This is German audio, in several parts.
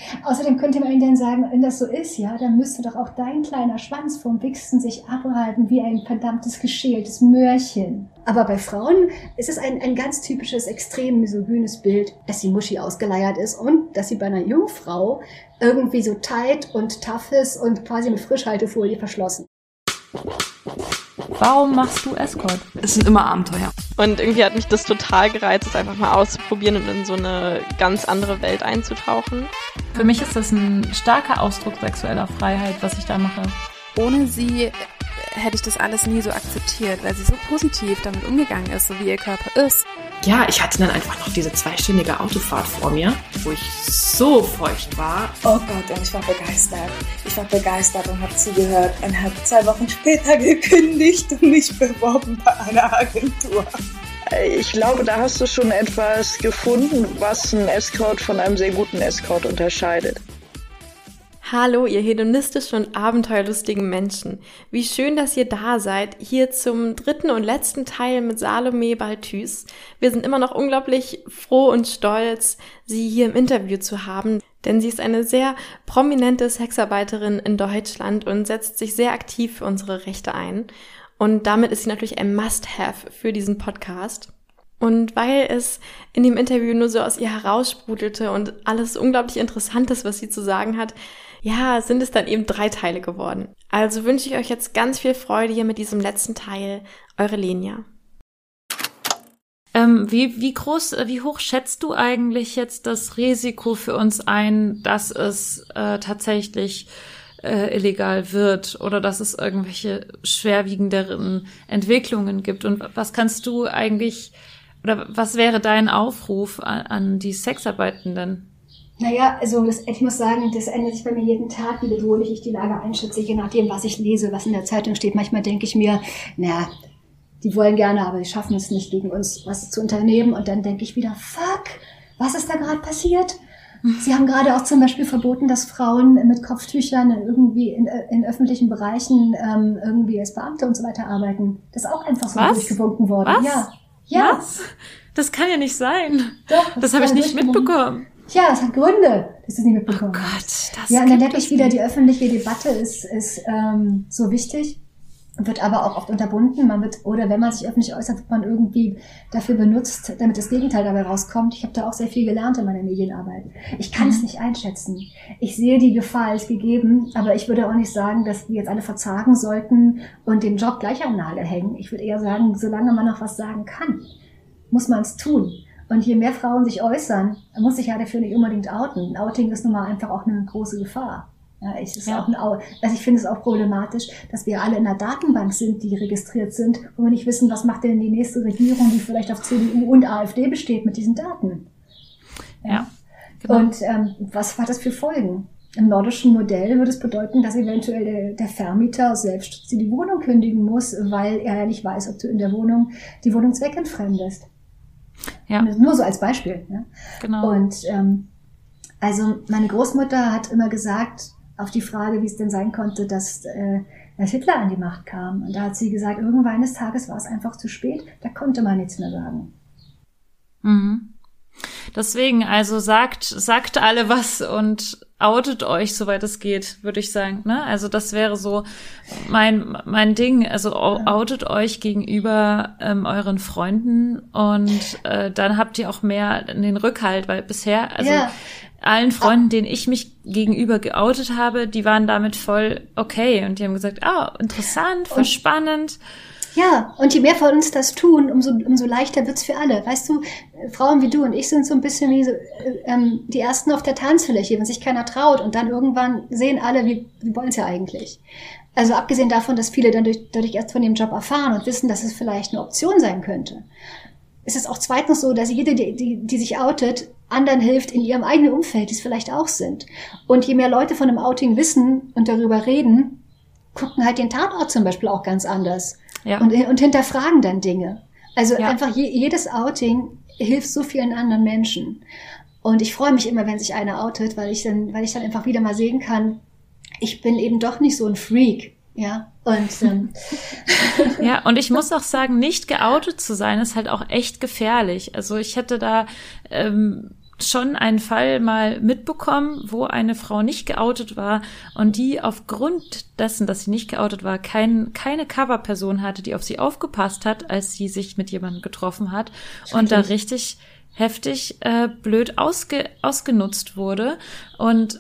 Außerdem könnte man ihnen dann sagen, wenn das so ist, ja, dann müsste doch auch dein kleiner Schwanz vom Wichsen sich abreiben wie ein verdammtes geschältes Möhrchen. Aber bei Frauen ist es ein ganz typisches, extrem misogynes Bild, dass die Muschi ausgeleiert ist und dass sie bei einer Jungfrau irgendwie so tight und tough ist und quasi mit Frischhaltefolie verschlossen. Warum machst du Escort? Es sind immer Abenteuer. Und irgendwie hat mich das total gereizt, es einfach mal auszuprobieren und in so eine ganz andere Welt einzutauchen. Für mich ist das ein starker Ausdruck sexueller Freiheit, was ich da mache. Ohne sie hätte ich das alles nie so akzeptiert, weil sie so positiv damit umgegangen ist, so wie ihr Körper ist. Ja, ich hatte dann einfach noch diese 2-stündige Autofahrt vor mir, wo ich so feucht war. Oh Gott, und ich war begeistert. Ich war begeistert und habe zugehört und habe 2 Wochen später gekündigt und mich beworben bei einer Agentur. Ich glaube, da hast du schon etwas gefunden, was einen Escort von einem sehr guten Escort unterscheidet. Hallo, ihr hedonistischen und abenteuerlustigen Menschen. Wie schön, dass ihr da seid, hier zum 3. und letzten Teil mit Salome Balthus. Wir sind immer noch unglaublich froh und stolz, sie hier im Interview zu haben, denn sie ist eine sehr prominente Sexarbeiterin in Deutschland und setzt sich sehr aktiv für unsere Rechte ein. Und damit ist sie natürlich ein Must-Have für diesen Podcast. Und weil es in dem Interview nur so aus ihr heraussprudelte und alles unglaublich Interessantes, was sie zu sagen hat, ja, sind es dann eben 3 Teile geworden. Also wünsche ich euch jetzt ganz viel Freude hier mit diesem letzten Teil. Eure Lenia. Wie hoch schätzt du eigentlich jetzt das Risiko für uns ein, dass es tatsächlich illegal wird oder dass es irgendwelche schwerwiegenderen Entwicklungen gibt? Und was kannst du eigentlich, oder was wäre dein Aufruf an die Sexarbeitenden? Naja, also ich muss sagen, das ändert sich bei mir jeden Tag, wie bedrohlich ich die Lage einschätze, je nachdem, was ich lese, was in der Zeitung steht. Manchmal denke ich mir, naja, die wollen gerne, aber sie schaffen es nicht, gegen uns was zu unternehmen. Und dann denke ich wieder, fuck, was ist da gerade passiert? Sie haben gerade auch zum Beispiel verboten, dass Frauen mit Kopftüchern irgendwie in öffentlichen Bereichen irgendwie als Beamte und so weiter arbeiten. Das ist auch einfach so durchgewunken worden. Was? Ja. Was? Das kann ja nicht sein. Doch, das habe ich nicht mitbekommen. Ja, es hat Gründe, dass du es nicht mitbekommen hast. Oh Gott, das ja, und dann denke ich wieder, die öffentliche Debatte ist so wichtig, wird aber auch oft unterbunden. Oder wenn man sich öffentlich äußert, wird man irgendwie dafür benutzt, damit das Gegenteil dabei rauskommt. Ich habe da auch sehr viel gelernt in meiner Medienarbeit. Ich kann es nicht einschätzen. Ich sehe die Gefahr als gegeben, aber ich würde auch nicht sagen, dass wir jetzt alle verzagen sollten und den Job gleich am Nagel hängen. Ich würde eher sagen, solange man noch was sagen kann, muss man es tun. Und je mehr Frauen sich äußern, muss sich ja dafür nicht unbedingt outen. Ein Outing ist nun mal einfach auch eine große Gefahr. Ja, ich finde es auch problematisch, dass wir alle in einer Datenbank sind, die registriert sind, wo wir nicht wissen, was macht denn die nächste Regierung, die vielleicht auf CDU und AfD besteht, mit diesen Daten. Ja, genau. Und was hat das für Folgen? Im nordischen Modell würde es bedeuten, dass eventuell der Vermieter selbst die Wohnung kündigen muss, weil er ja nicht weiß, ob du in der Wohnung die Wohnung zweckentfremdest. Ja. Nur so als Beispiel. Ne? Genau. Und also meine Großmutter hat immer gesagt, auf die Frage, wie es denn sein konnte, dass Hitler an die Macht kam. Und da hat sie gesagt, irgendwann eines Tages war es einfach zu spät, da konnte man nichts mehr sagen. Mhm. Deswegen, also sagt alle was und outet euch, soweit es geht, würde ich sagen. Ne? Also das wäre so mein Ding. Also outet euch gegenüber euren Freunden und dann habt ihr auch mehr den Rückhalt, weil bisher, also allen Freunden, denen ich mich gegenüber geoutet habe, die waren damit voll okay und die haben gesagt, interessant, voll spannend. Ja, und je mehr von uns das tun, umso leichter wird's für alle. Weißt du, Frauen wie du und ich sind so ein bisschen wie so, die Ersten auf der Tanzfläche, wenn sich keiner traut und dann irgendwann sehen alle, wir wollen's ja eigentlich. Also abgesehen davon, dass viele dann dadurch erst von dem Job erfahren und wissen, dass es vielleicht eine Option sein könnte, ist es auch zweitens so, dass jede, die sich outet, anderen hilft in ihrem eigenen Umfeld, die es vielleicht auch sind. Und je mehr Leute von einem Outing wissen und darüber reden, gucken halt den Tatort zum Beispiel auch ganz anders. Ja. Und hinterfragen dann Dinge. Also einfach jedes Outing hilft so vielen anderen Menschen. Und ich freue mich immer, wenn sich einer outet, weil ich dann einfach wieder mal sehen kann, ich bin eben doch nicht so ein Freak. Ja, und ja, und ich muss auch sagen, nicht geoutet zu sein, ist halt auch echt gefährlich. Also ich hätte da schon einen Fall mal mitbekommen, wo eine Frau nicht geoutet war und die aufgrund dessen, dass sie nicht geoutet war, keine Coverperson hatte, die auf sie aufgepasst hat, als sie sich mit jemandem getroffen hat und da richtig heftig blöd ausgenutzt wurde. Und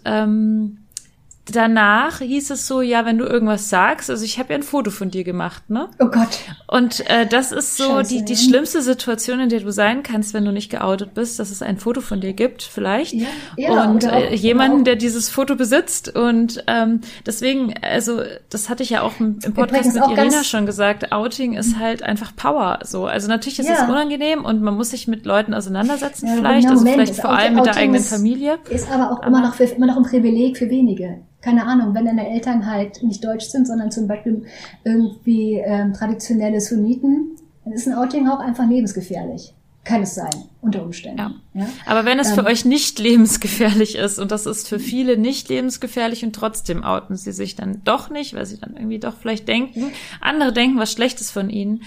danach hieß es so, ja, wenn du irgendwas sagst, also ich habe ja ein Foto von dir gemacht, ne? Oh Gott. Und das ist so die schlimmste Situation, in der du sein kannst, wenn du nicht geoutet bist, dass es ein Foto von dir gibt, vielleicht. Ja, und jemanden, der dieses Foto besitzt. Und deswegen, also das hatte ich ja auch im Podcast mit Irina schon gesagt, Outing ist halt einfach Power. So, also natürlich ist es unangenehm und man muss sich mit Leuten auseinandersetzen, vielleicht, also vielleicht vor allem mit der eigenen Familie. Ist aber auch immer noch ein Privileg für wenige. Keine Ahnung, wenn deine Eltern halt nicht deutsch sind, sondern zum Beispiel irgendwie traditionelle Sunniten, dann ist ein Outing auch einfach lebensgefährlich. Kann es sein, unter Umständen. Ja. Aber wenn es für euch nicht lebensgefährlich ist, und das ist für viele nicht lebensgefährlich und trotzdem outen sie sich dann doch nicht, weil sie dann irgendwie doch vielleicht denken, andere denken was Schlechtes von ihnen.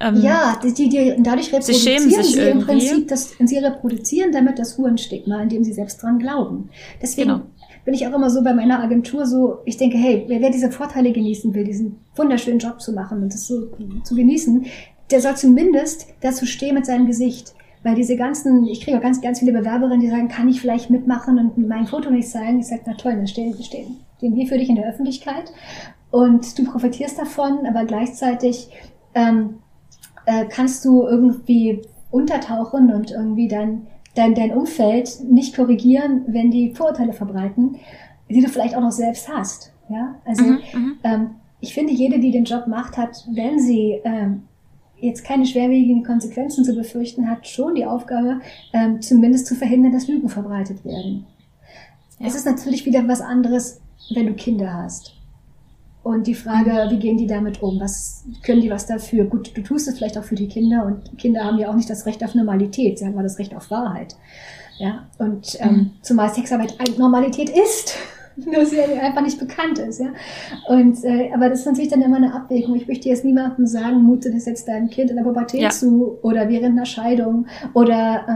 Dadurch reproduzieren sie im Prinzip sie reproduzieren damit das Hurenstigma, an dem sie selbst dran glauben. Deswegen bin ich auch immer so bei meiner Agentur so, ich denke, hey, wer diese Vorteile genießen will, diesen wunderschönen Job zu machen und das so zu genießen, der soll zumindest dazu stehen mit seinem Gesicht. Weil ich kriege auch ganz, ganz viele Bewerberinnen, die sagen, kann ich vielleicht mitmachen und mein Foto nicht zeigen? Ich sage, na toll, dann stehen wir für dich in der Öffentlichkeit und du profitierst davon, aber gleichzeitig kannst du irgendwie untertauchen und irgendwie dein Umfeld nicht korrigieren, wenn die Vorurteile verbreiten, die du vielleicht auch noch selbst hast. Ja, also ich finde, jede, die den Job macht, hat, wenn sie jetzt keine schwerwiegenden Konsequenzen zu befürchten hat, schon die Aufgabe, zumindest zu verhindern, dass Lügen verbreitet werden. Ja. Es ist natürlich wieder was anderes, wenn du Kinder hast. Und die Frage, wie gehen die damit um? Was können die was dafür? Gut, du tust es vielleicht auch für die Kinder und Kinder haben ja auch nicht das Recht auf Normalität, sie haben mal das Recht auf Wahrheit. Ja, und zumal Sexarbeit Normalität ist, nur sie einfach nicht bekannt ist. Ja, und aber das ist natürlich dann immer eine Abwägung. Ich möchte jetzt niemandem sagen, mute das jetzt deinem Kind in der Pubertät zu oder während einer Scheidung oder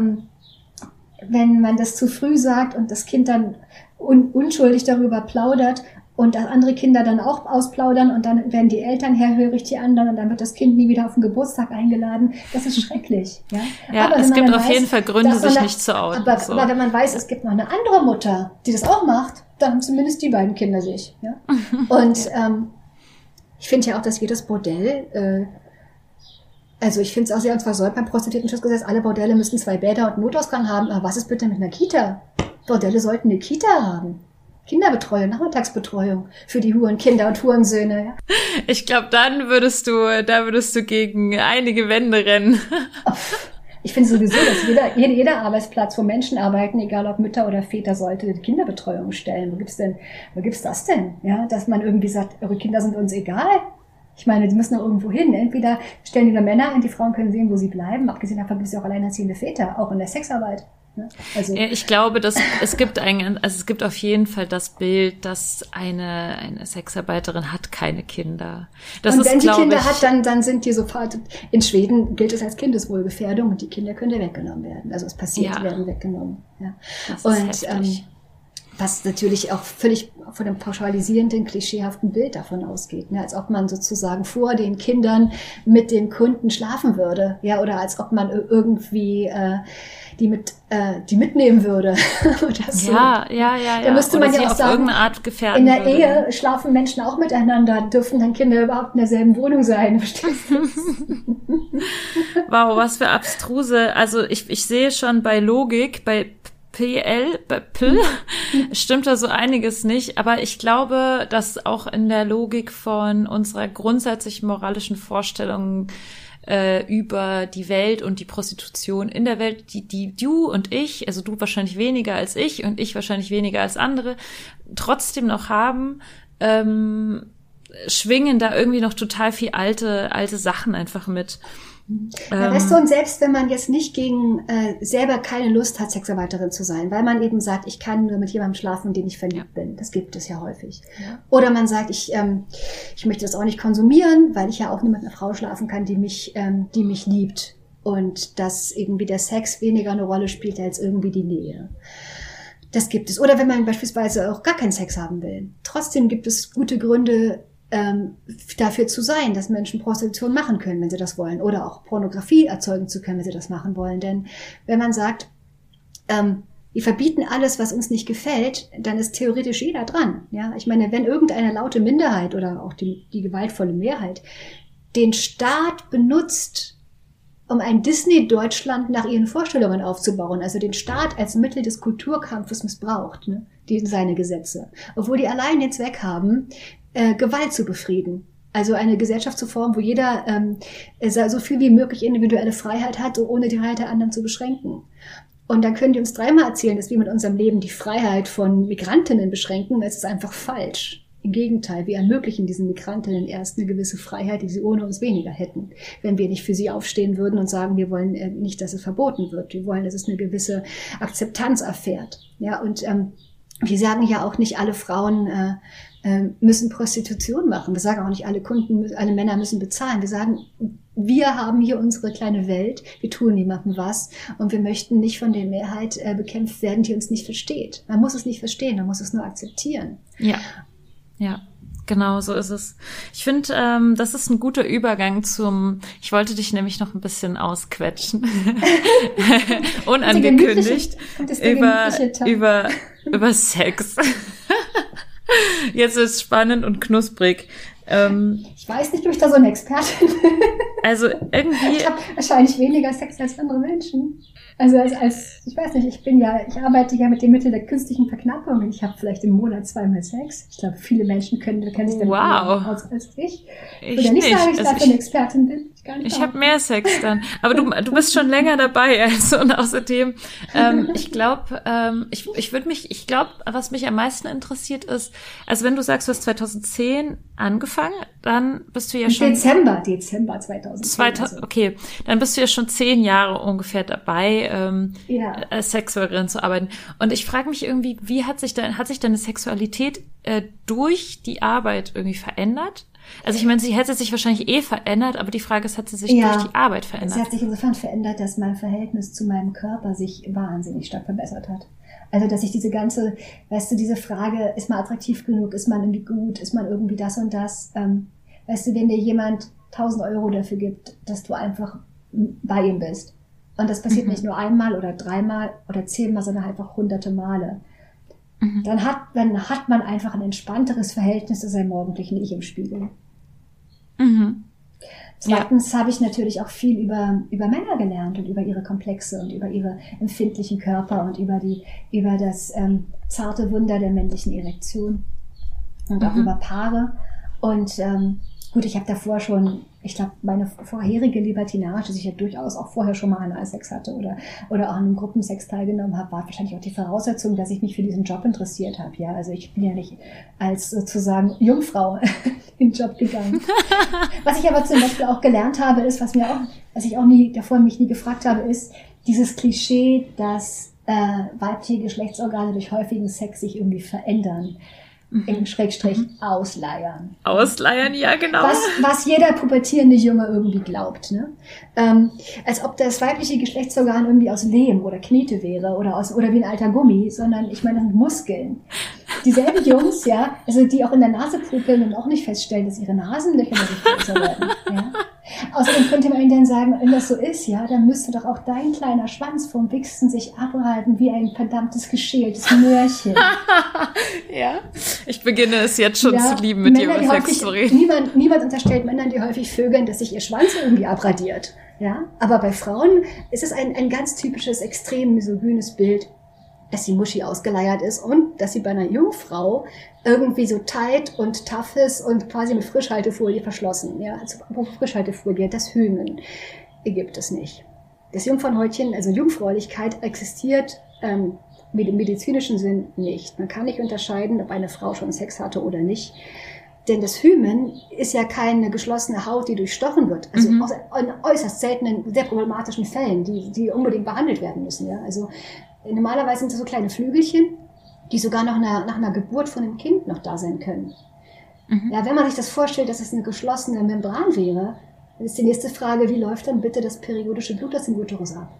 wenn man das zu früh sagt und das Kind dann unschuldig darüber plaudert, und dass andere Kinder dann auch ausplaudern und dann werden die Eltern herhörig, die anderen, und dann wird das Kind nie wieder auf den Geburtstag eingeladen. Das ist schrecklich. Ja, aber es gibt auf jeden Fall Gründe, sich nicht zu outen. Aber wenn man weiß, es gibt noch eine andere Mutter, die das auch macht, dann haben zumindest die beiden Kinder sich. Ja? Und ich finde ja auch, dass jedes Bordell, also ich finde es auch sehr versäumt beim Prostituiertenschutzgesetz, alle Bordelle müssen 2 Bäder und einen Notausgang haben. Aber was ist bitte mit einer Kita? Bordelle sollten eine Kita haben. Kinderbetreuung, Nachmittagsbetreuung für die Hurenkinder und Hurensöhne. Ja. Ich glaube, da würdest du gegen einige Wände rennen. Ich finde sowieso, dass jeder Arbeitsplatz, wo Menschen arbeiten, egal ob Mütter oder Väter, sollte Kinderbetreuung stellen. Wo gibt's das denn? Ja, dass man irgendwie sagt, eure Kinder sind uns egal. Ich meine, die müssen doch irgendwo hin. Entweder stellen die nur Männer ein, die Frauen können sehen, wo sie bleiben. Abgesehen davon gibt es ja auch alleinerziehende Väter, auch in der Sexarbeit. Also ich glaube, dass es gibt auf jeden Fall das Bild, dass eine Sexarbeiterin hat keine Kinder. Und wenn sie Kinder hat, dann sind die sofort, in Schweden gilt es als Kindeswohlgefährdung und die Kinder können dir weggenommen werden. Also es passiert, die werden weggenommen. Ja. Und was natürlich auch völlig von dem pauschalisierenden, klischeehaften Bild davon ausgeht, ne? Als ob man sozusagen vor den Kindern mit den Kunden schlafen würde, ja, oder als ob man irgendwie die mitnehmen würde. Oder so. Ja. Da müsste man ja auch auf sagen, irgendeine Art gefährden in der Ehe schlafen Menschen auch miteinander, dürfen dann Kinder überhaupt in derselben Wohnung sein, verstehst du? Wow, was für abstruse, also ich sehe schon bei Logik, bei PL stimmt da so einiges nicht, aber ich glaube, dass auch in der Logik von unserer grundsätzlich moralischen Vorstellung über die Welt und die Prostitution in der Welt, die du und ich, also du wahrscheinlich weniger als ich und ich wahrscheinlich weniger als andere, trotzdem noch haben, schwingen da irgendwie noch total viel alte Sachen einfach mit. Ja, weißt du, und selbst wenn man jetzt nicht selber keine Lust hat, Sexarbeiterin zu sein, weil man eben sagt, ich kann nur mit jemandem schlafen, in den ich verliebt bin. Das gibt es ja häufig. Ja. Oder man sagt, ich möchte das auch nicht konsumieren, weil ich ja auch nur mit einer Frau schlafen kann, die mich liebt. und dass irgendwie der Sex weniger eine Rolle spielt als irgendwie die Nähe. Das gibt es. Oder wenn man beispielsweise auch gar keinen Sex haben will. Trotzdem gibt es gute Gründe, dafür zu sein, dass Menschen Prostitution machen können, wenn sie das wollen. Oder auch Pornografie erzeugen zu können, wenn sie das machen wollen. Denn wenn man sagt, wir verbieten alles, was uns nicht gefällt, dann ist theoretisch jeder dran. Ja, ich meine, wenn irgendeine laute Minderheit oder auch die gewaltvolle Mehrheit den Staat benutzt, um ein Disney-Deutschland nach ihren Vorstellungen aufzubauen, also den Staat als Mittel des Kulturkampfes missbraucht, ne, seine Gesetze, obwohl die allein den Zweck haben, Gewalt zu befrieden. Also eine Gesellschaft zu formen, wo jeder so viel wie möglich individuelle Freiheit hat, ohne die Freiheit der anderen zu beschränken. Und dann können die uns dreimal erzählen, dass wir mit unserem Leben die Freiheit von Migrantinnen beschränken. Es ist einfach falsch. Im Gegenteil, wir ermöglichen diesen Migrantinnen erst eine gewisse Freiheit, die sie ohne uns weniger hätten, wenn wir nicht für sie aufstehen würden und sagen, wir wollen nicht, dass es verboten wird. Wir wollen, dass es eine gewisse Akzeptanz erfährt. Ja, und wir sagen ja auch nicht, alle Frauen müssen Prostitution machen. Wir sagen auch nicht, alle Männer müssen bezahlen. Wir sagen, wir haben hier unsere kleine Welt, wir tun niemandem was und wir möchten nicht von der Mehrheit bekämpft werden, die uns nicht versteht. Man muss es nicht verstehen, man muss es nur akzeptieren. Ja, genau so ist es. Ich finde, das ist ein guter Übergang ich wollte dich nämlich noch ein bisschen ausquetschen, unangekündigt, über Sex. Jetzt ist es spannend und knusprig. Ich weiß nicht, ob ich da so eine Expertin bin. Also irgendwie... Ich habe wahrscheinlich weniger Sex als andere Menschen. Also als ich weiß nicht, ich arbeite ja mit dem Mittel der künstlichen Verknappung und ich habe vielleicht im Monat 2-mal Sex. Ich glaube, viele Menschen können sich damit aus als ich. Ich würde nicht sagen, dass ich dafür eine Expertin bin. Ich habe mehr Sex dann. Aber du bist schon länger dabei, also und außerdem, ich glaube, was mich am meisten interessiert ist, also wenn du sagst, du hast 2010 angefangen, dann bist du ja schon... Dezember 2010. Okay, dann bist du ja schon 10 Jahre ungefähr dabei, als Sexworkerin zu arbeiten. Und ich frage mich irgendwie, hat sich deine Sexualität durch die Arbeit irgendwie verändert? Also ich meine, sie hätte sich wahrscheinlich verändert, aber die Frage ist, hat sie sich durch die Arbeit verändert? Sie hat sich insofern verändert, dass mein Verhältnis zu meinem Körper sich wahnsinnig stark verbessert hat. Also, dass ich diese Frage, ist man attraktiv genug, ist man irgendwie gut, ist man irgendwie das und das, wenn dir jemand 1.000 Euro dafür gibt, dass du einfach bei ihm bist. Und das passiert nicht nur einmal oder 3-mal oder 10-mal, sondern einfach hunderte Male. Dann hat man einfach ein entspannteres Verhältnis zu seinem morgendlichen Ich im Spiegel. Zweitens habe ich natürlich auch viel über Männer gelernt und über ihre Komplexe und über ihre empfindlichen Körper und über das zarte Wunder der männlichen Erektion und auch über Paare. Und gut, ich habe davor schon, ich glaube, meine vorherige Libertinage, dass ich ja durchaus auch vorher schon mal Analsex hatte oder auch an einem Gruppensex teilgenommen habe, war wahrscheinlich auch die Voraussetzung, dass ich mich für diesen Job interessiert habe. Ja, also ich bin ja nicht als sozusagen Jungfrau in den Job gegangen. Was ich aber zum Beispiel auch gelernt habe, ist, was ich auch mich nie gefragt habe, ist dieses Klischee, dass weibliche Geschlechtsorgane durch häufigen Sex sich irgendwie verändern. Im Schrägstrich ausleiern. Ausleiern, ja, genau. Was jeder pubertierende Junge irgendwie glaubt, ne? Als ob das weibliche Geschlechtsorgan irgendwie aus Lehm oder Knete wäre oder wie ein alter Gummi, sondern ich meine, das sind Muskeln. Dieselben Jungs, ja, also die auch in der Nase prügeln und auch nicht feststellen, dass ihre Nasenlöcher nicht größer werden, ja. Außerdem könnte man ihnen dann sagen, wenn das so ist, ja, dann müsste doch auch dein kleiner Schwanz vom Wichsen sich abhalten wie ein verdammtes geschältes Möhrchen. Ja, ich beginne es jetzt schon zu lieben, mit dir über Sex zu reden. Niemand unterstellt Männern, die häufig vögeln, dass sich ihr Schwanz irgendwie abradiert. Ja, aber bei Frauen ist es ein ganz typisches, extrem misogynes Bild, dass die Muschi ausgeleiert ist und dass sie bei einer Jungfrau irgendwie so tight und tough ist und quasi mit Frischhaltefolie verschlossen. Ja, also Frischhaltefolie, das Hymen gibt es nicht. Das Jungfrauenhäutchen, also Jungfräulichkeit, existiert im medizinischen Sinn nicht. Man kann nicht unterscheiden, ob eine Frau schon Sex hatte oder nicht. Denn das Hymen ist ja keine geschlossene Haut, die durchstochen wird. Also in äußerst seltenen, sehr problematischen Fällen, die unbedingt behandelt werden müssen. Ja? Also normalerweise sind das so kleine Flügelchen, die sogar noch nach einer Geburt von einem Kind noch da sein können. Ja, wenn man sich das vorstellt, dass es eine geschlossene Membran wäre, Dann ist die nächste Frage, wie läuft dann bitte das periodische Blut aus dem Uterus ab?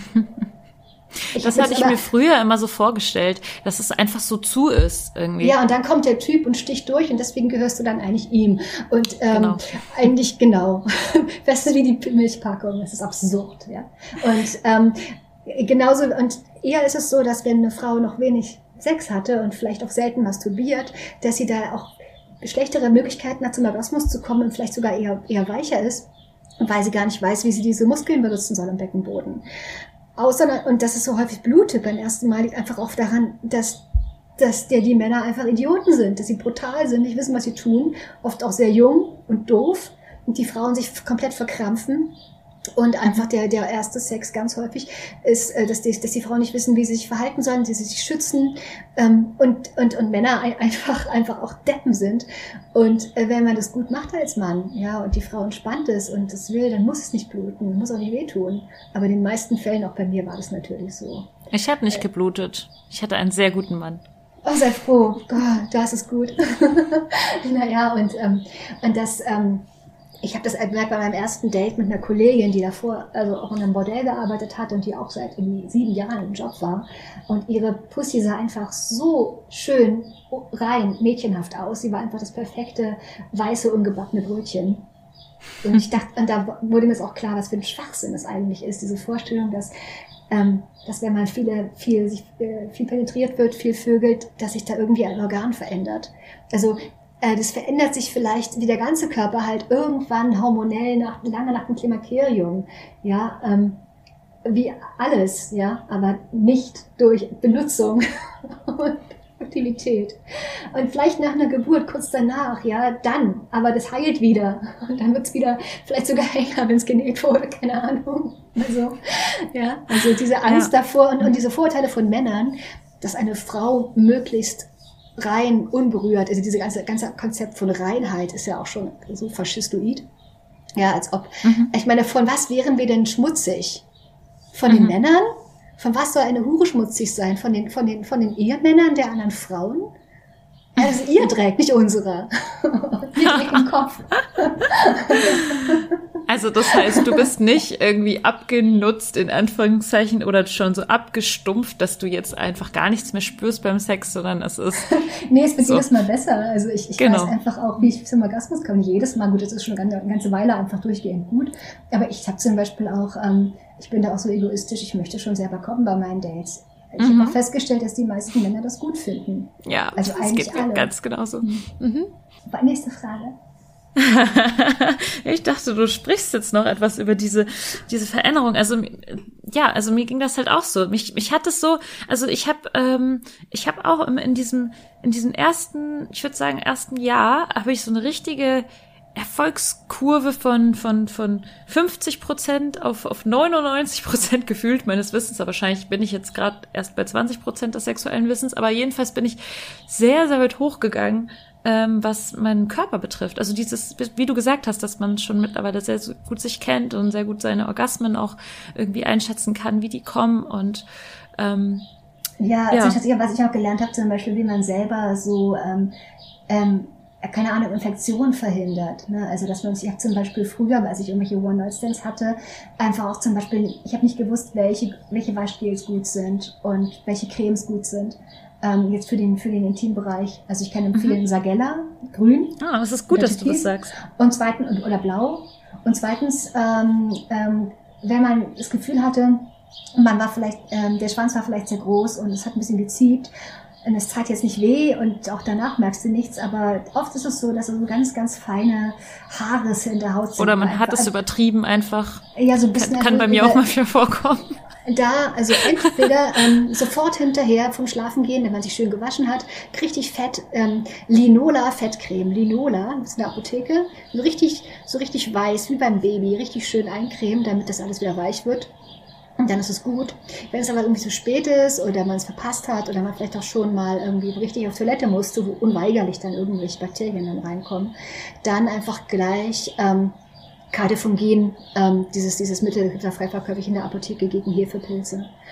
Das hatte ich mir früher immer so vorgestellt, dass es einfach so zu ist irgendwie. Ja, und dann kommt der Typ und sticht durch und deswegen gehörst du dann eigentlich ihm. Und eigentlich genau. Weißt du, wie die Milchpackung, das ist absurd. Ja. Und genauso, und eher ist es so, dass wenn eine Frau noch wenig Sex hatte und vielleicht auch selten masturbiert, dass sie da auch schlechtere Möglichkeiten hat, zum Orgasmus zu kommen und vielleicht sogar eher weicher ist, weil sie gar nicht weiß, wie sie diese Muskeln benutzen soll im Beckenboden. Und dass es so häufig blutet beim ersten Mal, liegt einfach auch daran, dass die Männer einfach Idioten sind, dass sie brutal sind, nicht wissen, was sie tun, oft auch sehr jung und doof und die Frauen sich komplett verkrampfen. Und einfach der erste Sex ganz häufig ist, dass die Frauen nicht wissen, wie sie sich verhalten sollen, dass sie sich schützen und Männer einfach auch Deppen sind. Und wenn man das gut macht als Mann, ja, und die Frau entspannt ist und das will, dann muss es nicht bluten, muss auch nicht wehtun. Aber in den meisten Fällen, auch bei mir, war das natürlich so. Ich habe nicht geblutet. Ich hatte einen sehr guten Mann. Oh, sei froh. Gott, das ist gut. Naja, und das... Ich habe das gemerkt bei meinem ersten Date mit einer Kollegin, die davor also auch in einem Bordell gearbeitet hat und die auch seit irgendwie 7 Jahren im Job war. Und ihre Pussy sah einfach so schön rein, mädchenhaft aus. Sie war einfach das perfekte, weiße, ungebackene Brötchen. Und ich dachte, und da wurde mir jetzt auch klar, was für ein Schwachsinn das eigentlich ist. Diese Vorstellung, dass wenn man viel penetriert wird, viel vögelt, dass sich da irgendwie ein Organ verändert. Also das verändert sich vielleicht wie der ganze Körper halt irgendwann hormonell lange nach dem Klimakterium, ja, wie alles, ja, aber nicht durch Benutzung und Aktivität. Und vielleicht nach einer Geburt, kurz danach, ja, dann, aber das heilt wieder. Und dann wird's wieder vielleicht sogar enger, wenn es genäht wurde, keine Ahnung. Also diese Angst davor und diese Vorurteile von Männern, dass eine Frau möglichst rein, unberührt, also diese ganze Konzept von Reinheit ist ja auch schon so faschistoid. Ja, als ob, ich meine, von was wären wir denn schmutzig? Von den Männern? Von was soll eine Hure schmutzig sein? Von den Ehemännern der anderen Frauen? Also ihr Dreck, nicht unserer. Ihr Dreck im Kopf. Also das heißt, du bist nicht irgendwie abgenutzt, in Anführungszeichen, oder schon so abgestumpft, dass du jetzt einfach gar nichts mehr spürst beim Sex, sondern es ist... Nee, es wird jedes Mal besser. Also ich weiß einfach auch, wie ich zum Orgasmus komme. Jedes Mal, gut, das ist schon eine ganze Weile einfach durchgehend gut. Aber ich habe zum Beispiel auch, ich bin da auch so egoistisch, ich möchte schon selber kommen bei meinen Dates. Ich habe auch festgestellt, dass die meisten Männer das gut finden. Ja, also das eigentlich geht mir alle. Ganz genauso. Nächste Frage. Ich dachte, du sprichst jetzt noch etwas über diese Veränderung. Also mir ging das halt auch so. Mich hat es so, also ich habe auch in diesem ersten, ich würde sagen ersten Jahr, habe ich so eine richtige Erfolgskurve von 50% auf 99% gefühlt meines Wissens. Aber wahrscheinlich bin ich jetzt gerade erst bei 20% des sexuellen Wissens. Aber jedenfalls bin ich sehr, sehr weit hochgegangen, was meinen Körper betrifft. Also dieses, wie du gesagt hast, dass man schon mittlerweile sehr, sehr gut sich kennt und sehr gut seine Orgasmen auch irgendwie einschätzen kann, wie die kommen und was ich auch gelernt habe, zum Beispiel, wie man selber so keine Ahnung, Infektionen verhindert. Ne? Also dass ich habe zum Beispiel früher, als ich irgendwelche One-Night-Stands hatte, einfach auch zum Beispiel, ich habe nicht gewusst, welche Waschgels gut sind und welche Cremes gut sind. Jetzt für den Intimbereich. Also ich kann empfehlen Sagella, grün. Ah, das ist gut, dass du das sagst. Und zweitens, oder blau. Und zweitens, wenn man das Gefühl hatte, man war vielleicht, der Schwanz war vielleicht sehr groß und es hat ein bisschen geziebt, und es tat jetzt nicht weh und auch danach merkst du nichts, aber oft ist es so, dass so ganz, ganz feine Haarrisse in der Haut sind. Oder man hat es übertrieben einfach. Ja, so ein bisschen. Kann bei mir auch mal viel vorkommen. Da, also entweder sofort hinterher vom Schlafengehen, wenn man sich schön gewaschen hat, richtig fett, Linola Fettcreme. Linola, das ist in der Apotheke, so richtig weiß, wie beim Baby, richtig schön eincremen, damit das alles wieder weich wird. Und dann ist es gut. Wenn es aber irgendwie zu spät ist oder man es verpasst hat oder man vielleicht auch schon mal irgendwie richtig auf Toilette musste, wo unweigerlich dann irgendwelche Bakterien dann reinkommen, dann einfach gleich Kardifungin, dieses Mittel, gibt es frei verkäuflich in der Apotheke gegen Hefepilze.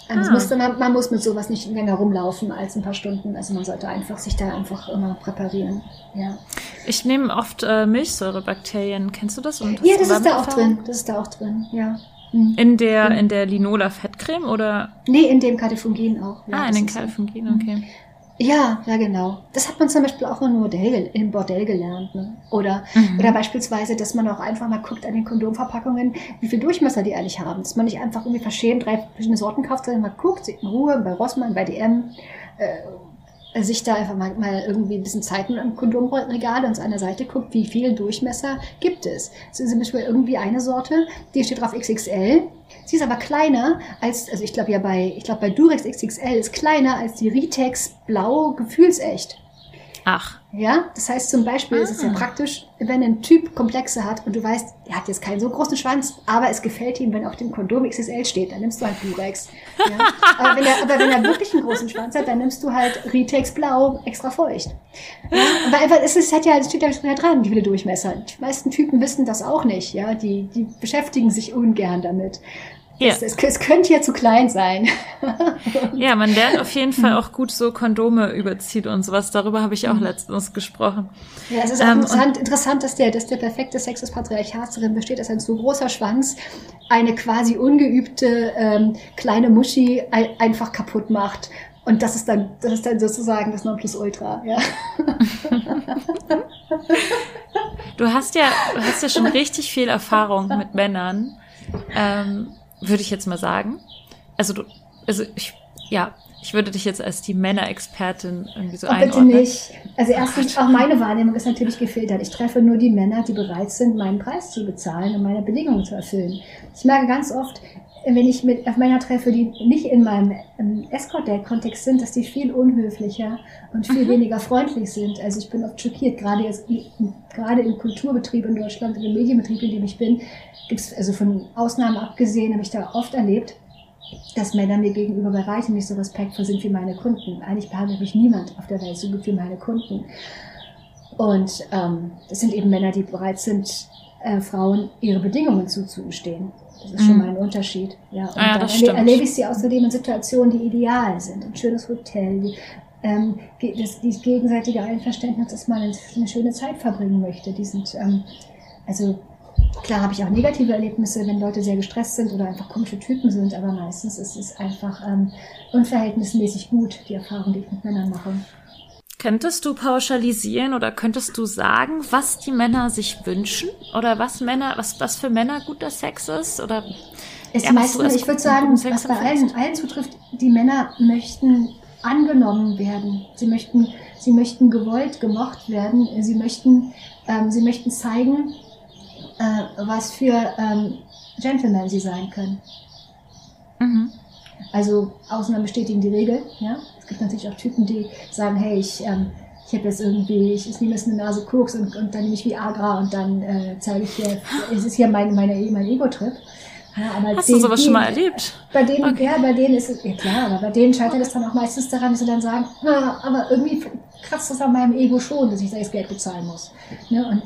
Man muss mit sowas nicht länger rumlaufen als ein paar Stunden. Also man sollte einfach sich da einfach immer präparieren. Ja. Ich nehme oft Milchsäurebakterien. Kennst du das? Ja, das ist da auch drin. Das ist da auch drin, ja. In der Linola-Fettcreme oder? Nee, in dem Katefungin auch. Ja, in den Katefungin, okay. Ja, genau. Das hat man zum Beispiel auch im Bordell gelernt. Ne? Oder beispielsweise, dass man auch einfach mal guckt an den Kondomverpackungen, wie viel Durchmesser die eigentlich haben. Dass man nicht einfach irgendwie verschämt 3 verschiedene Sorten kauft, sondern mal guckt, in Ruhe bei Rossmann, bei DM, sich da einfach mal irgendwie ein bisschen Zeit mit einem Kondomregal und an der Seite guckt, wie viel Durchmesser gibt es. So ist zum Beispiel irgendwie eine Sorte, die steht drauf XXL. Sie ist aber kleiner als, also ich glaube bei Durex XXL ist kleiner als die Ritex Blau Gefühlsecht. Ach. Ja, das heißt zum Beispiel ist es ja praktisch, wenn ein Typ Komplexe hat und du weißt, er hat jetzt keinen so großen Schwanz, aber es gefällt ihm, wenn auf dem Kondom XXL steht, dann nimmst du halt Durex. Ja? aber wenn er wirklich einen großen Schwanz hat, dann nimmst du halt Ritex Blau extra feucht. Ja? Aber einfach, es steht ja dran, wie viele Durchmesser. Die meisten Typen wissen das auch nicht, ja, die beschäftigen sich ungern damit. Ja. Es könnte ja zu klein sein. Ja, man lernt auf jeden Fall auch gut so Kondome überziehen und sowas. Darüber habe ich auch letztens gesprochen. Ja, es ist auch interessant, dass der perfekte Sex des Patriarchats darin besteht, dass ein so großer Schwanz eine quasi ungeübte kleine Muschi einfach kaputt macht. Und das ist dann sozusagen das Nonplusultra. Ja. Du hast ja schon richtig viel Erfahrung mit Männern. Würde ich jetzt mal sagen. Ich würde dich jetzt als die Männerexpertin irgendwie so einordnen. Bitte nicht. Also erstens, auch meine Wahrnehmung ist natürlich gefiltert. Ich treffe nur die Männer, die bereit sind, meinen Preis zu bezahlen und meine Bedingungen zu erfüllen. Ich merke ganz oft, wenn ich auf Männer treffe, die nicht in meinem Escort-Date-Kontext sind, dass die viel unhöflicher und viel weniger freundlich sind. Also ich bin oft schockiert, gerade im Kulturbetrieb in Deutschland, im Medienbetrieb, in dem ich bin, gibt's, also von Ausnahmen abgesehen, habe ich da oft erlebt, dass Männer mir gegenüber bei weitem nicht so respektvoll sind wie meine Kunden. Eigentlich behandelt mich niemand auf der Welt so gut wie meine Kunden. Und das sind eben Männer, die bereit sind, Frauen ihre Bedingungen zuzugestehen. Das ist schon mal ein Unterschied. Ja, und dann erlebe ich sie außerdem in Situationen, die ideal sind. Ein schönes Hotel, das gegenseitige Einverständnis, dass man eine schöne Zeit verbringen möchte. Die sind, klar habe ich auch negative Erlebnisse, wenn Leute sehr gestresst sind oder einfach komische Typen sind, aber meistens ist es einfach unverhältnismäßig gut, die Erfahrung, die ich mit Männern mache. Könntest du pauschalisieren oder könntest du sagen, was die Männer sich wünschen? Oder was für Männer guter Sex ist? Oder ich würde sagen, was bei allen zutrifft, die Männer möchten angenommen werden. Sie möchten gewollt, gemocht werden. Sie möchten zeigen, was für Gentlemen sie sein können. Mhm. Also Ausnahmen bestätigen die Regel, ja. Es gibt natürlich auch Typen, die sagen, hey, ich habe jetzt irgendwie, ich nehme jetzt eine Nase Koks und dann nehme ich Viagra und dann zeige ich hier, es ist hier mein Ego-Trip. Ja, aber hast du sowas schon mal erlebt? Bei denen, okay. Ja, bei denen ist es, ja klar, aber bei denen scheitert es dann auch meistens daran, dass sie dann sagen, aber irgendwie kratzt das an meinem Ego schon, dass ich da jetzt Geld bezahlen muss. Ne? Und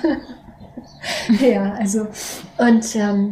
ja, also, und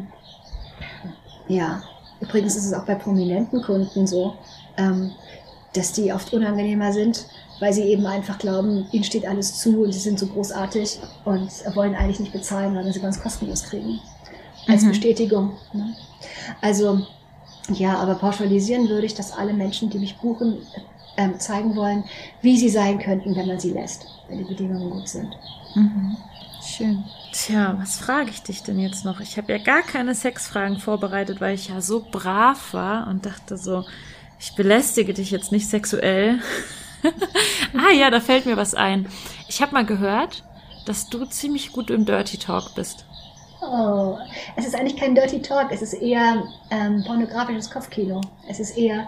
ja, übrigens ist es auch bei prominenten Kunden so, dass die oft unangenehmer sind, weil sie eben einfach glauben, ihnen steht alles zu und sie sind so großartig und wollen eigentlich nicht bezahlen, weil sie ganz kostenlos kriegen. Als Bestätigung. Ne? Also, ja, aber pauschalisieren würde ich, dass alle Menschen, die mich buchen, zeigen wollen, wie sie sein könnten, wenn man sie lässt, wenn die Bedingungen gut sind. Mhm. Schön. Tja, was frage ich dich denn jetzt noch? Ich habe ja gar keine Sexfragen vorbereitet, weil ich ja so brav war und dachte so, ich belästige dich jetzt nicht sexuell. Ja, da fällt mir was ein. Ich habe mal gehört, dass du ziemlich gut im Dirty Talk bist. Oh, es ist eigentlich kein Dirty Talk, es ist eher pornografisches Kopfkino. Es ist eher,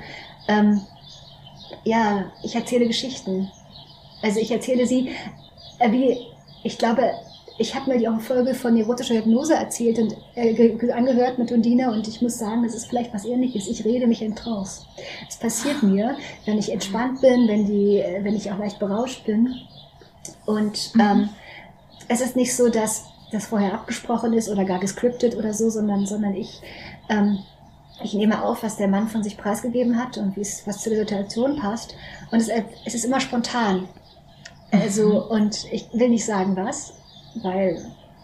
ich erzähle Geschichten. Also ich erzähle sie, ich glaube, ich habe mir die auch eine Folge von erotischer Hypnose erzählt und angehört mit Undina und ich muss sagen, das ist vielleicht was Ähnliches. Ich rede mich in Trance. Es passiert mir, wenn ich entspannt bin, wenn ich auch leicht berauscht bin. Und es ist nicht so, dass das vorher abgesprochen ist oder gar gescriptet oder so, sondern ich ich nehme auf, was der Mann von sich preisgegeben hat und was zu der Situation passt. Und es ist immer spontan. Also, und ich will nicht sagen was, weil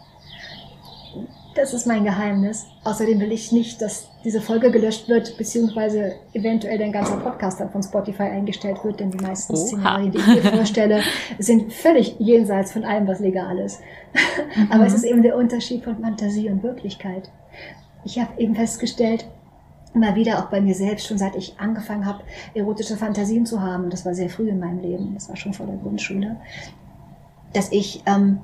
das ist mein Geheimnis. Außerdem will ich nicht, dass diese Folge gelöscht wird, beziehungsweise eventuell dein ganzer Podcast dann von Spotify eingestellt wird, denn die meisten Szenarien, die ich dir vorstelle, sind völlig jenseits von allem, was legal ist. Aber es ist eben der Unterschied von Fantasie und Wirklichkeit. Ich habe eben festgestellt, immer wieder auch bei mir selbst, schon seit ich angefangen habe, erotische Fantasien zu haben, und das war sehr früh in meinem Leben, das war schon vor der Grundschule, dass ich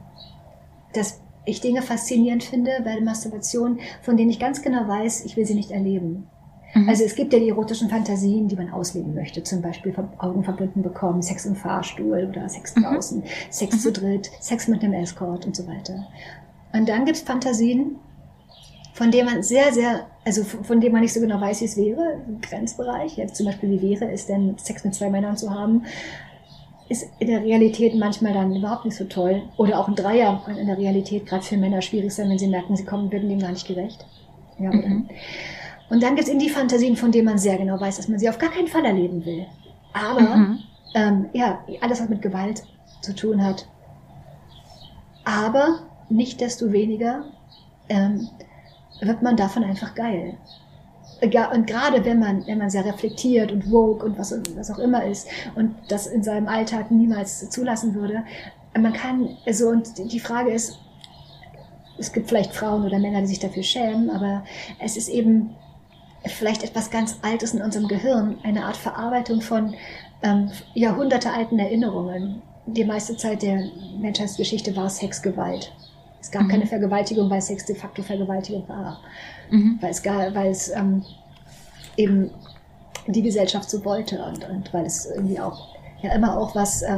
Dinge faszinierend finde bei der Masturbation, von denen ich ganz genau weiß, ich will sie nicht erleben. Also es gibt ja die erotischen Fantasien, die man ausleben möchte, zum Beispiel vom Augen verbunden bekommen, Sex im Fahrstuhl oder Sex draußen, Sex zu dritt, Sex mit einem Escort und so weiter. Und dann gibt es Fantasien, von denen man von denen man nicht so genau weiß, wie es wäre, im Grenzbereich. Jetzt zum Beispiel, wie wäre es denn, Sex mit 2 Männern zu haben, ist in der Realität manchmal dann überhaupt nicht so toll. Oder auch ein Dreier kann in der Realität gerade für Männer schwierig sein, wenn sie merken, sie werden dem gar nicht gerecht. Ja, und dann gibt es eben die Fantasien, von denen man sehr genau weiß, dass man sie auf gar keinen Fall erleben will. Aber, alles, was mit Gewalt zu tun hat. Aber nicht desto weniger wird man davon einfach geil. Und gerade wenn man sehr reflektiert und woke und was auch immer ist und das in seinem Alltag niemals zulassen würde, man kann, und die Frage ist, es gibt vielleicht Frauen oder Männer, die sich dafür schämen, aber es ist eben vielleicht etwas ganz Altes in unserem Gehirn, eine Art Verarbeitung von jahrhundertealten Erneuerungen. Die meiste Zeit der Menschheitsgeschichte war Sex Gewalt. Es gab keine Vergewaltigung, weil Sex de facto Vergewaltigung war. Weil es eben die Gesellschaft so wollte und weil es irgendwie auch immer auch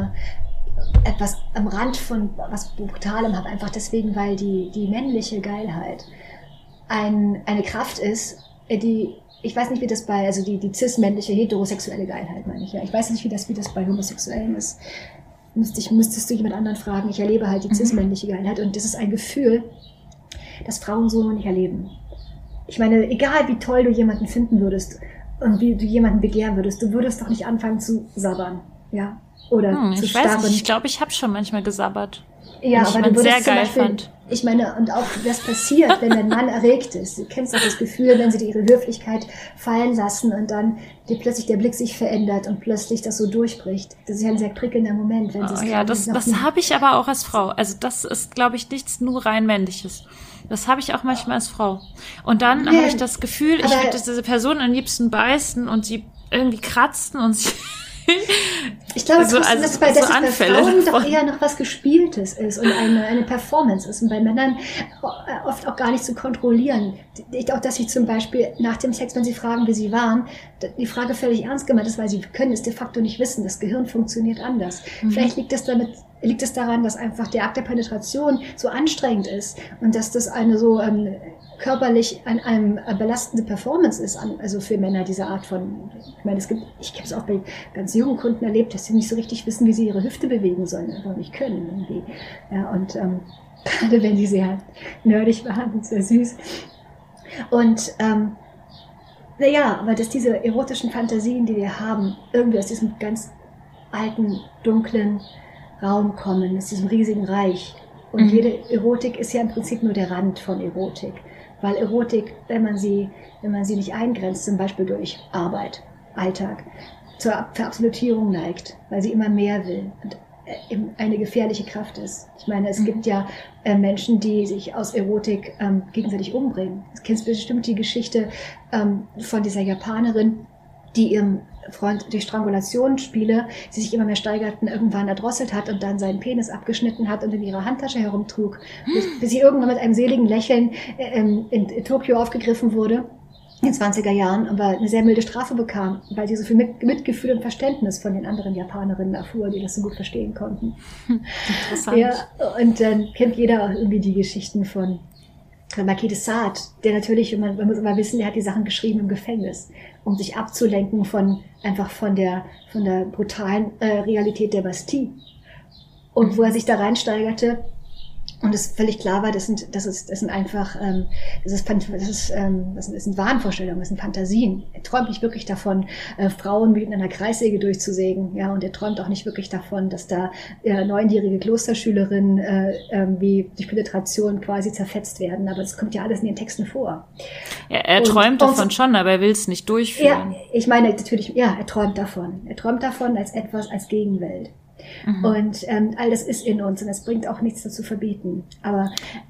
etwas am Rand von was Brutalem hat, einfach deswegen, weil die männliche Geilheit eine Kraft ist, die, ich weiß nicht, wie das die cis-männliche heterosexuelle Geilheit, meine ich. Ja. Ich weiß nicht, wie das bei Homosexuellen ist. Müsstest du jemand anderen fragen. Ich erlebe halt die cis-männliche Geilheit und das ist ein Gefühl, das Frauen so noch nicht erleben. Ich meine, egal wie toll du jemanden finden würdest und wie du jemanden begehren würdest, du würdest doch nicht anfangen zu sabbern, ja? Oder zu starren. Weiß nicht, ich glaube, ich habe schon manchmal gesabbert. Ja, aber du würdest sehr geil fand. Ich meine, und auch das passiert, wenn der Mann erregt ist. Du kennst doch das Gefühl, wenn sie ihre Höflichkeit fallen lassen und dann plötzlich der Blick sich verändert und plötzlich das so durchbricht. Das ist ja ein sehr prickelnder Moment, wenn sie es das habe ich aber auch als Frau. Also das ist, glaube ich, nichts nur rein Männliches. Das habe ich auch manchmal als Frau. Und dann habe ich das Gefühl, ich würde diese Person am liebsten beißen und sie irgendwie kratzen und sie ich glaube, dass bei Frauen doch eher noch was Gespieltes ist und eine Performance ist und bei Männern oft auch gar nicht zu kontrollieren. Auch, dass sie zum Beispiel nach dem Sex, wenn sie fragen, wie sie waren, die Frage völlig ernst gemeint ist, weil sie können es de facto nicht wissen. Das Gehirn funktioniert anders. Vielleicht liegt es daran, dass einfach der Akt der Penetration so anstrengend ist und dass das eine so körperlich eine belastende Performance ist, also für Männer diese Art von, ich meine, ich habe es auch bei ganz jungen Kunden erlebt, dass sie nicht so richtig wissen, wie sie ihre Hüfte bewegen sollen, einfach nicht können irgendwie. Ja, und gerade wenn die sehr nerdig waren, sehr süß. Und aber dass diese erotischen Fantasien, die wir haben, irgendwie aus diesem ganz alten, dunklen Raum kommen, aus diesem riesigen Reich. Und jede Erotik ist ja im Prinzip nur der Rand von Erotik. Weil Erotik, wenn man sie nicht eingrenzt, zum Beispiel durch Arbeit, Alltag, zur Verabsolutierung neigt, weil sie immer mehr will und eben eine gefährliche Kraft ist. Ich meine, es gibt ja Menschen, die sich aus Erotik gegenseitig umbringen. Du kennst bestimmt die Geschichte von dieser Japanerin, die ihrem Freund durch Strangulationsspiele, die sich immer mehr steigerten, irgendwann erdrosselt hat und dann seinen Penis abgeschnitten hat und in ihrer Handtasche herumtrug, bis sie irgendwann mit einem seligen Lächeln in Tokio aufgegriffen wurde, in den 20er Jahren, aber eine sehr milde Strafe bekam, weil sie so viel Mitgefühl und Verständnis von den anderen Japanerinnen erfuhr, die das so gut verstehen konnten. Interessant. Ja, und dann kennt jeder auch irgendwie die Geschichten von Marquis de Sade, der natürlich, man muss immer wissen, der hat die Sachen geschrieben im Gefängnis, um sich abzulenken von der brutalen Realität der Bastille. Und wo er sich da reinsteigerte, Und es völlig klar war, das sind einfach, das sind Wahnvorstellungen, das sind Fantasien. Er träumt nicht wirklich davon, Frauen mit einer Kreissäge durchzusägen, ja, und er träumt auch nicht wirklich davon, dass da 9-jährige Klosterschülerinnen wie durch Penetration quasi zerfetzt werden. Aber das kommt ja alles in den Texten vor. Ja, er träumt davon schon, aber er will es nicht durchführen. Ja, ich meine natürlich, ja, er träumt davon. Er träumt davon als etwas, als Gegenwelt. Und all das ist in uns und es bringt auch nichts dazu verbieten. Aber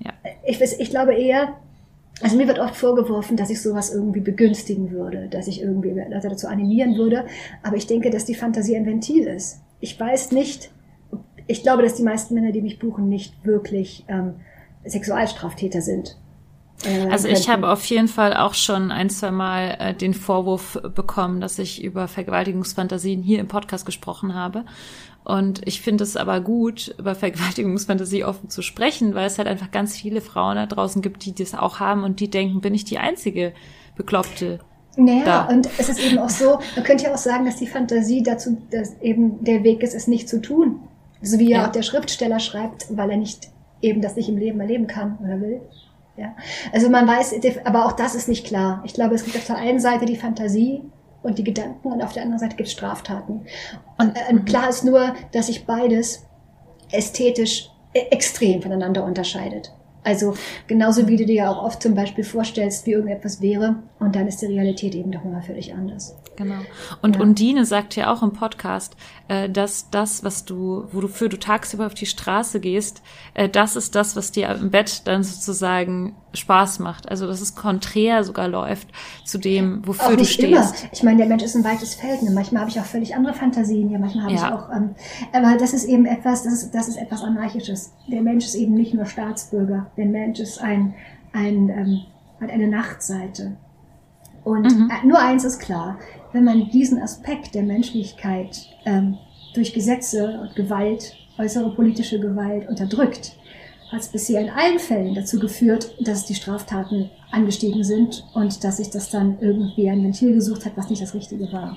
ich glaube eher, also mir wird oft vorgeworfen, dass ich sowas irgendwie begünstigen würde, dass ich irgendwie Leute dazu animieren würde. Aber ich denke, dass die Fantasie ein Ventil ist. Ich weiß nicht, ich glaube, dass die meisten Männer, die mich buchen, nicht wirklich Sexualstraftäter sind. Also ich habe auf jeden Fall auch schon 1-2 Mal den Vorwurf bekommen, dass ich über Vergewaltigungsfantasien hier im Podcast gesprochen habe. Und ich finde es aber gut, über Vergewaltigungsfantasie offen zu sprechen, weil es halt einfach ganz viele Frauen da draußen gibt, die das auch haben und die denken, bin ich die einzige Bekloppte? Naja, und es ist eben auch so, man könnte ja auch sagen, dass die Fantasie dazu, dass eben der Weg ist, es nicht zu tun. So wie ja auch der Schriftsteller schreibt, weil er nicht eben das nicht im Leben erleben kann oder will. Ja, also man weiß, aber auch das ist nicht klar. Ich glaube, es gibt auf der einen Seite die Fantasie und die Gedanken und auf der anderen Seite gibt es Straftaten. Und klar ist nur, dass sich beides ästhetisch extrem voneinander unterscheidet. Also genauso wie du dir ja auch oft zum Beispiel vorstellst, wie irgendetwas wäre und dann ist die Realität eben doch immer völlig anders. Genau. Und Undine sagt ja auch im Podcast, dass das, wofür du tagsüber auf die Straße gehst, das ist das, was dir im Bett dann sozusagen Spaß macht. Also dass es konträr sogar läuft zu dem, wofür du stehst. Immer. Ich meine, der Mensch ist ein weites Feld. Und manchmal habe ich auch völlig andere Fantasien. Ja, manchmal habe ich auch. Aber das ist eben etwas, das ist etwas Anarchisches. Der Mensch ist eben nicht nur Staatsbürger. Der Mensch ist hat eine Nachtseite. Und nur eins ist klar: Wenn man diesen Aspekt der Menschlichkeit durch Gesetze und Gewalt, äußere politische Gewalt unterdrückt, hat es bisher in allen Fällen dazu geführt, dass die Straftaten angestiegen sind und dass sich das dann irgendwie ein Ventil gesucht hat, was nicht das Richtige war.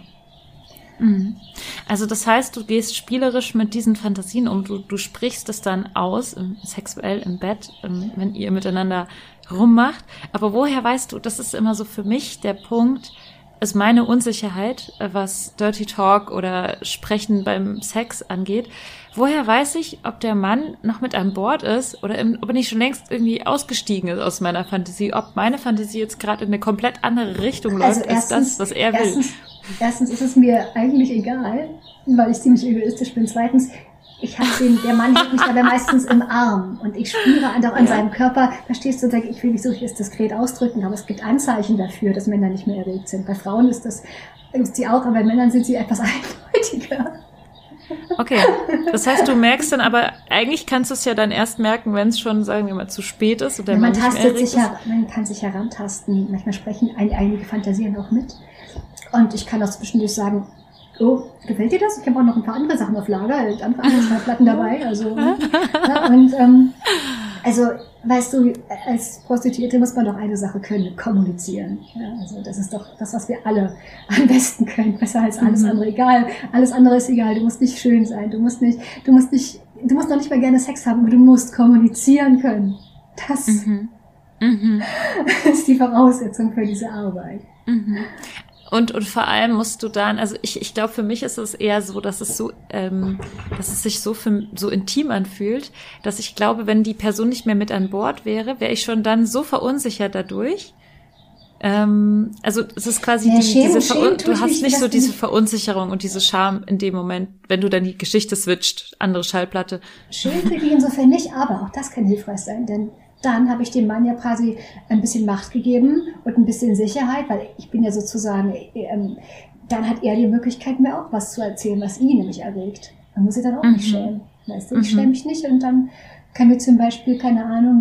Also das heißt, du gehst spielerisch mit diesen Fantasien um, du sprichst es dann aus, sexuell im Bett, wenn ihr miteinander rummacht. Aber woher weißt du, das ist immer so für mich der Punkt, ist meine Unsicherheit, was Dirty Talk oder Sprechen beim Sex angeht. Woher weiß ich, ob der Mann noch mit an Bord ist oder ob er nicht schon längst irgendwie ausgestiegen ist aus meiner Fantasie, ob meine Fantasie jetzt gerade in eine komplett andere Richtung läuft, als das, was er will. Erstens ist es mir eigentlich egal, weil ich ziemlich egoistisch bin. Zweitens, der Mann hält mich dabei meistens im Arm und ich spüre auch an seinem Körper, verstehst du, ich will mich so diskret ausdrücken, aber es gibt Anzeichen dafür, dass Männer nicht mehr erregt sind. Bei Frauen ist die auch, aber bei Männern sind sie etwas eindeutiger. Okay, das heißt, du merkst dann aber, eigentlich kannst du es ja dann erst merken, wenn es schon, sagen wir mal, zu spät ist und der Mann nicht mehr erregt ist. Man kann sich herantasten, manchmal sprechen einige Fantasien auch mit und ich kann auch zwischendurch sagen, oh, gefällt dir das? Ich habe auch noch ein paar andere Sachen auf Lager, andere Schallplatten dabei. Also, also, weißt du, als Prostituierte muss man doch eine Sache können, kommunizieren. Ja, also das ist doch das, was wir alle am besten können, besser als alles andere. Egal, alles andere ist egal. Du musst nicht schön sein, du musst noch nicht mal gerne Sex haben, aber du musst kommunizieren können. Das ist die Voraussetzung für diese Arbeit. Und vor allem musst du dann, also ich glaube, für mich ist es eher so, dass es sich so intim anfühlt, dass ich glaube, wenn die Person nicht mehr mit an Bord wäre ich schon dann so verunsichert dadurch. Also es ist quasi du hast nicht so diese Verunsicherung und diese Scham in dem Moment, wenn du dann die Geschichte switcht, andere Schallplatte. Schön tue ich insofern nicht, aber auch das kann hilfreich sein, denn dann habe ich dem Mann ja quasi ein bisschen Macht gegeben und ein bisschen Sicherheit, weil ich bin ja sozusagen, dann hat er die Möglichkeit, mir auch was zu erzählen, was ihn nämlich erregt. Man muss sich dann auch nicht schämen. Weißt du, ich schäme mich nicht und dann kann mir zum Beispiel, keine Ahnung,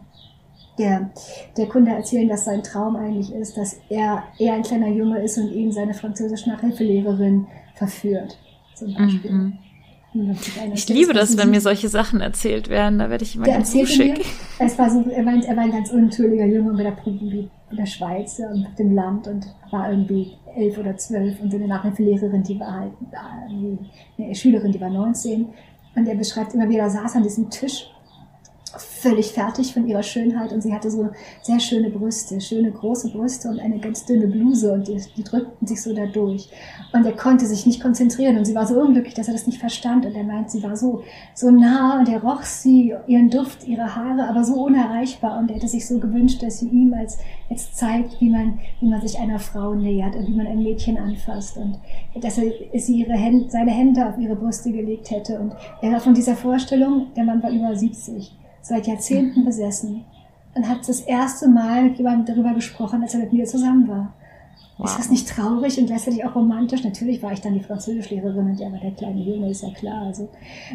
der Kunde erzählen, dass sein Traum eigentlich ist, dass er ein kleiner Junge ist und ihn seine französische Nachhilfelehrerin verführt, zum Beispiel. Ich liebe das, wenn mir solche Sachen erzählt werden. Da werde ich immer ganz wuschig. Er war ein ganz unnatürlicher Junge in der Schweiz und auf dem Land und war irgendwie 11 oder 12 und seine Nachhilfelehrerin, die war halt eine Schülerin, die war 19 und er beschreibt immer wieder, er saß an diesem Tisch völlig fertig von ihrer Schönheit und sie hatte so sehr schöne Brüste, schöne große Brüste und eine ganz dünne Bluse und die drückten sich so da durch. Und er konnte sich nicht konzentrieren und sie war so unglücklich, dass er das nicht verstand und er meint, sie war so nah und er roch sie, ihren Duft, ihre Haare, aber so unerreichbar und er hätte sich so gewünscht, dass sie ihm als zeigt, wie man sich einer Frau nähert und wie man ein Mädchen anfasst und dass er seine Hände auf ihre Brüste gelegt hätte und er war von dieser Vorstellung, der Mann war über 70, seit Jahrzehnten besessen und hat das erste Mal mit jemandem darüber gesprochen, als er mit mir zusammen war. Wow. Ist das nicht traurig und gleichzeitig auch romantisch? Natürlich war ich dann die Französischlehrerin und ja, aber der kleine Junge ist ja klar. Also.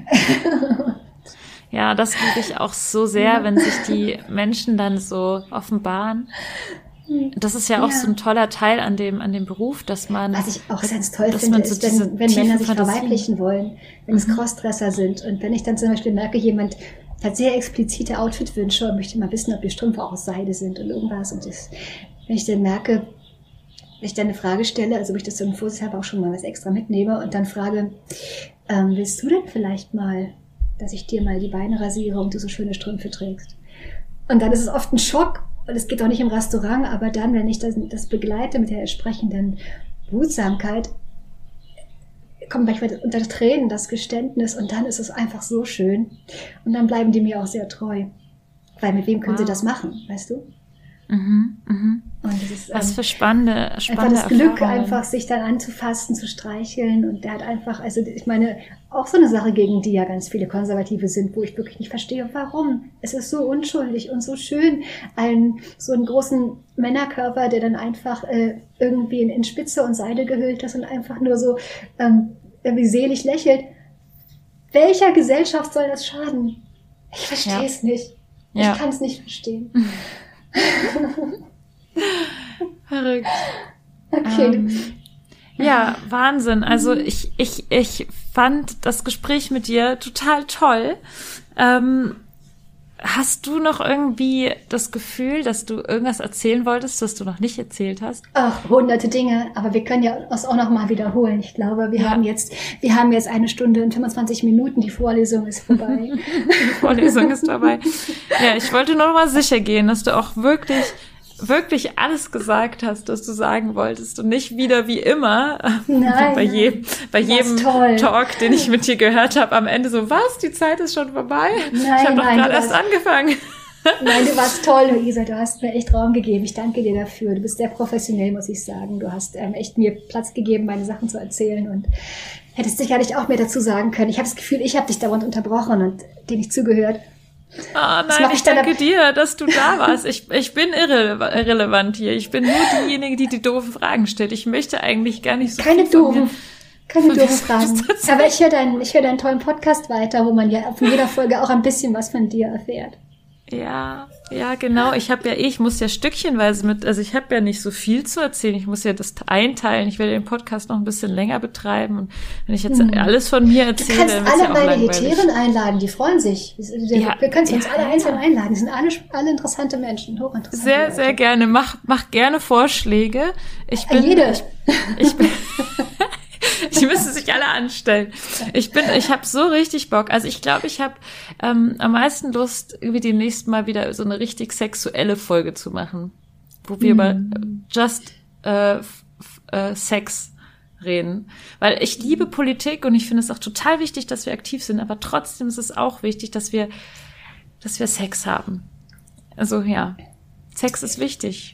Ja, das liebe ich auch so sehr, wenn sich die Menschen dann so offenbaren. Das ist ja auch so ein toller Teil an dem Beruf, dass man... Was ich auch ganz toll finde, ist, wenn Männer sich verweiblichten wollen, wenn es Crossdresser sind und wenn ich dann zum Beispiel merke, jemand hat sehr explizite Outfit-Wünsche und möchte mal wissen, ob die Strümpfe auch aus Seide sind und irgendwas. Und wenn ich dann merke, wenn ich dann eine Frage stelle, also wenn ich das so vorsichtshalber auch schon mal was extra mitnehme und dann frage, willst du denn vielleicht mal, dass ich dir mal die Beine rasiere und du so schöne Strümpfe trägst? Und dann ist es oft ein Schock und es geht auch nicht im Restaurant, aber dann, wenn ich das begleite mit der entsprechenden Behutsamkeit, kommt manchmal unter Tränen das Geständnis und dann ist es einfach so schön. Und dann bleiben die mir auch sehr treu. Weil mit wem können sie das machen, weißt du? Und das ist, was für spannende einfach das Glück, Erfahrungen. einfach sich dann anzufassen, zu streicheln. Und der hat einfach, also ich meine, auch so eine Sache, gegen die ja ganz viele Konservative sind, wo ich wirklich nicht verstehe, warum. Es ist so unschuldig und so schön, so einen großen Männerkörper, der dann einfach irgendwie in Spitze und Seide gehüllt ist und einfach nur so irgendwie selig lächelt. Welcher Gesellschaft soll das schaden? Ich verstehe es nicht. Ja. Ich kann es nicht verstehen. Verrückt. Okay. Ja, Wahnsinn. Also ich fand das Gespräch mit dir total toll. Hast du noch irgendwie das Gefühl, dass du irgendwas erzählen wolltest, was du noch nicht erzählt hast? Ach, hunderte Dinge, aber wir können ja das auch noch mal wiederholen. Ich glaube, wir haben jetzt 1 Stunde und 25 Minuten, die Vorlesung ist vorbei. Die Vorlesung ist vorbei. Ja, ich wollte nur noch mal sicher gehen, dass du auch wirklich alles gesagt hast, was du sagen wolltest und nicht wieder wie immer bei jedem Talk, den ich mit dir gehört habe, am Ende so, was, die Zeit ist schon vorbei? Ich habe doch gerade erst angefangen. Nein, du warst toll, Luisa, du hast mir echt Raum gegeben. Ich danke dir dafür. Du bist sehr professionell, muss ich sagen. Du hast echt mir Platz gegeben, meine Sachen zu erzählen und hättest sicherlich auch mehr dazu sagen können. Ich habe das Gefühl, ich habe dich dauernd unterbrochen und dir nicht zugehört. Oh nein, ich danke dir, dass du da warst. Ich bin irrelevant hier. Ich bin nur diejenige, die die doofen Fragen stellt. Ich möchte eigentlich gar nicht so keine doofen Fragen. Aber ich höre deinen tollen Podcast weiter, wo man ja von jeder Folge auch ein bisschen was von dir erfährt. Ja, genau. Ich muss ja stückchenweise ich habe ja nicht so viel zu erzählen. Ich muss ja das einteilen. Ich werde den Podcast noch ein bisschen länger betreiben. Und wenn ich jetzt alles von mir erzähle, dann wird's ja auch langweilig. Du kannst alle meine Hetären einladen, die freuen sich. Wir können uns alle einzeln einladen. Die sind alle interessante Menschen, hochinteressant. Sehr, sehr gerne. Mach gerne Vorschläge. Die müssen sich alle anstellen. Ich habe so richtig Bock. Also ich glaube, ich habe am meisten Lust, irgendwie demnächst mal wieder so eine richtig sexuelle Folge zu machen, wo wir über just Sex reden. Weil ich liebe Politik und ich finde es auch total wichtig, dass wir aktiv sind, aber trotzdem ist es auch wichtig, dass wir Sex haben. Also ja, Sex ist wichtig.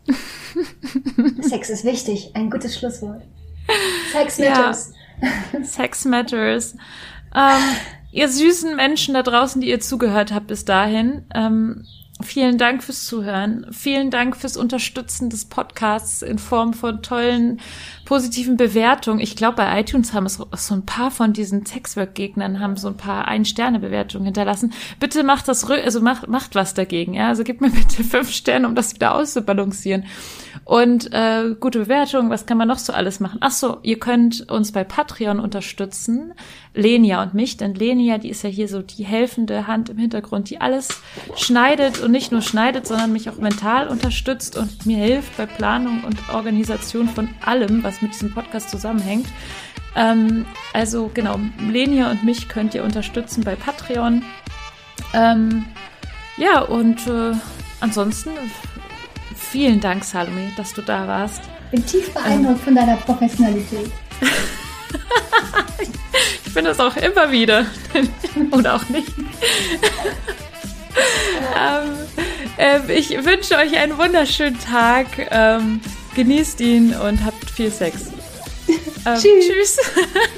Sex ist wichtig. Ein gutes Schlusswort. Sex matters. Ja, Sex matters. Ihr süßen Menschen da draußen, die ihr zugehört habt bis dahin, vielen Dank fürs Zuhören. Vielen Dank fürs Unterstützen des Podcasts in Form von tollen, positiven Bewertungen. Ich glaube, bei iTunes haben es so ein paar von diesen Sexwork-Gegnern haben so ein paar 1-Sterne-Bewertungen hinterlassen. Bitte macht macht was dagegen, ja. Also gebt mir bitte 5 Sterne, um das wieder auszubalancieren. Und gute Bewertungen, was kann man noch so alles machen? Ach so, ihr könnt uns bei Patreon unterstützen, Lenia und mich, denn Lenia, die ist ja hier so die helfende Hand im Hintergrund, die alles schneidet und nicht nur schneidet, sondern mich auch mental unterstützt und mir hilft bei Planung und Organisation von allem, was mit diesem Podcast zusammenhängt. Also genau, Lenia und mich könnt ihr unterstützen bei Patreon. Ja, und ansonsten vielen Dank, Salome, dass du da warst. Bin tief beeindruckt von deiner Professionalität. Ich bin das auch immer wieder. Oder auch nicht. Ich wünsche euch einen wunderschönen Tag. Genießt ihn und habt viel Sex. Tschüss.